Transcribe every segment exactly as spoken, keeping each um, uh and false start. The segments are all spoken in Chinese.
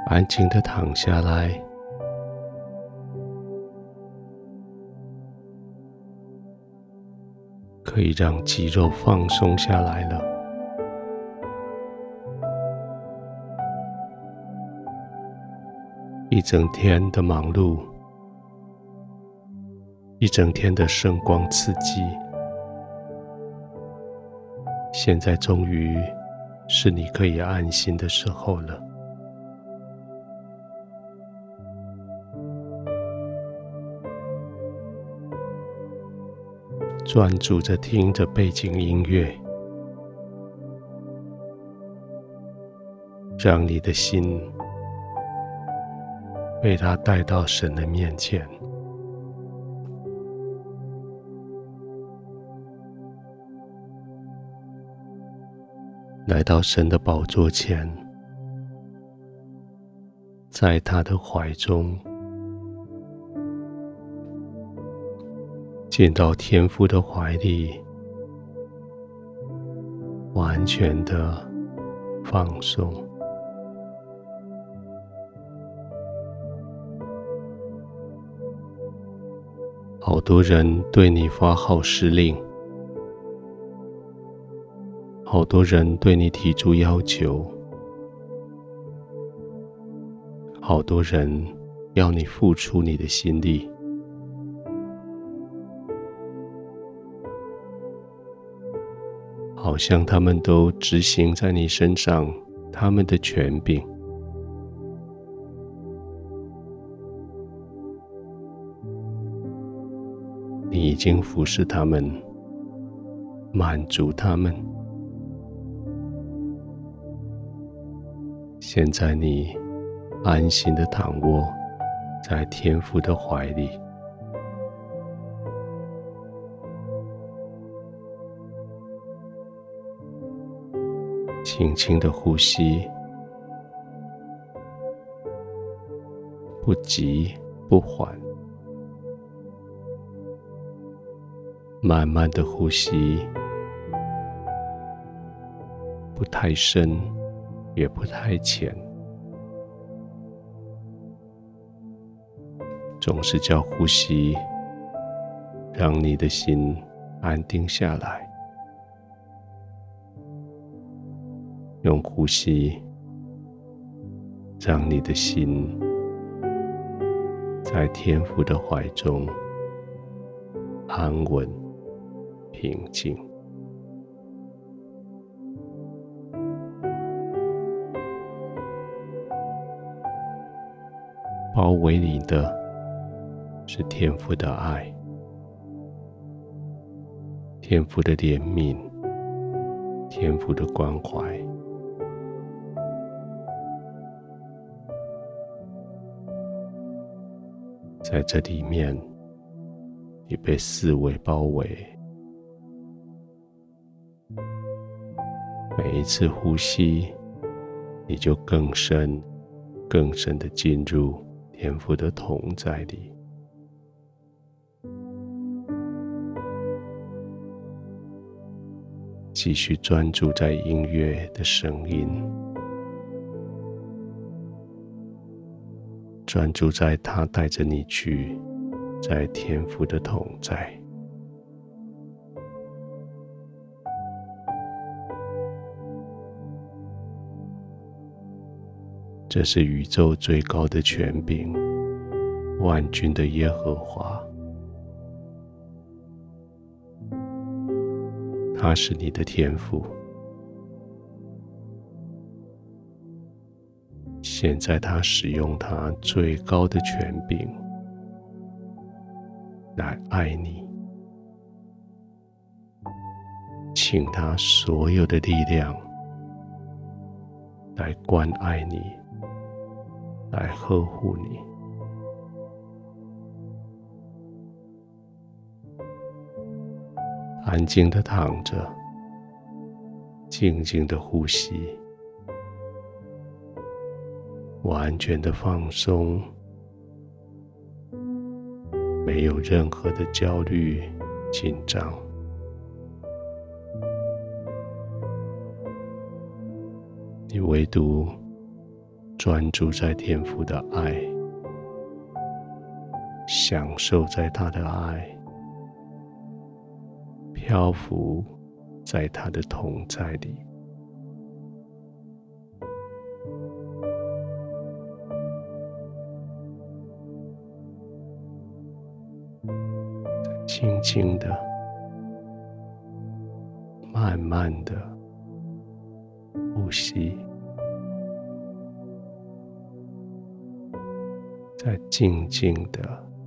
安静地躺下来，可以让肌肉放松下来了。一整天的忙碌，一整天的声光刺激，现在终于是你可以安心的时候了。专注着听着背景音乐，让你的心被它带到神的面前。来到神的宝座前，在他的怀中，进到天父的怀里，完全的放松。好多人对你发号施令，好多人对你提出要求，好多人要你付出你的心力，好像他们都执行在你身上他们的权柄。你已经服侍他们，满足他们。现在你安心地躺卧在天父的怀里，轻轻地呼吸，不急不缓，慢慢的呼吸，不太深也不太浅，总是叫呼吸让你的心安定下来，用呼吸让你的心在天父的怀中安稳平静。包围你的是天父的爱，天父的怜悯，天父的关怀。在这里面，你被四围包围，每一次呼吸，你就更深更深地进入天父的同在里。继续专注在音乐的声音，专注在他带着你去，在天父的同在。这是宇宙最高的权柄，万军的耶和华。他是你的天父，现在他使用他最高的权柄来爱你，请他所有的力量来关爱你，来呵护你。安静地躺着，静静地呼吸，完全的放松，没有任何的焦虑、紧张。你唯独专注在天父的爱，享受在他的爱，漂浮在他的同在里。轻轻的，慢慢的呼吸，再静静的，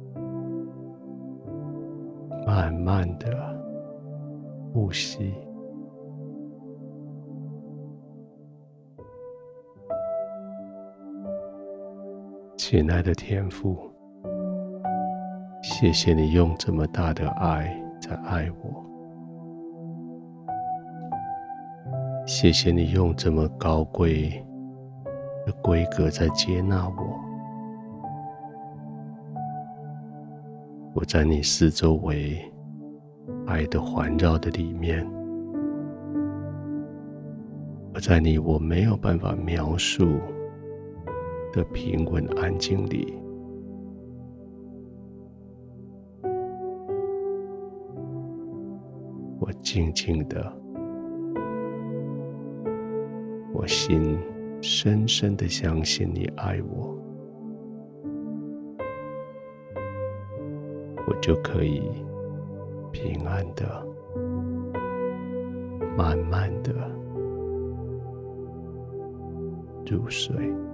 慢慢的呼吸。亲爱的天父，谢谢你用这么大的爱在爱我，谢谢你用这么高贵的规格在接纳我。我在你四周围爱的环绕的里面，我在你我没有办法描述的平稳安静里，我静静的，我心深深的相信你爱我，我就可以平安的、慢慢的入睡。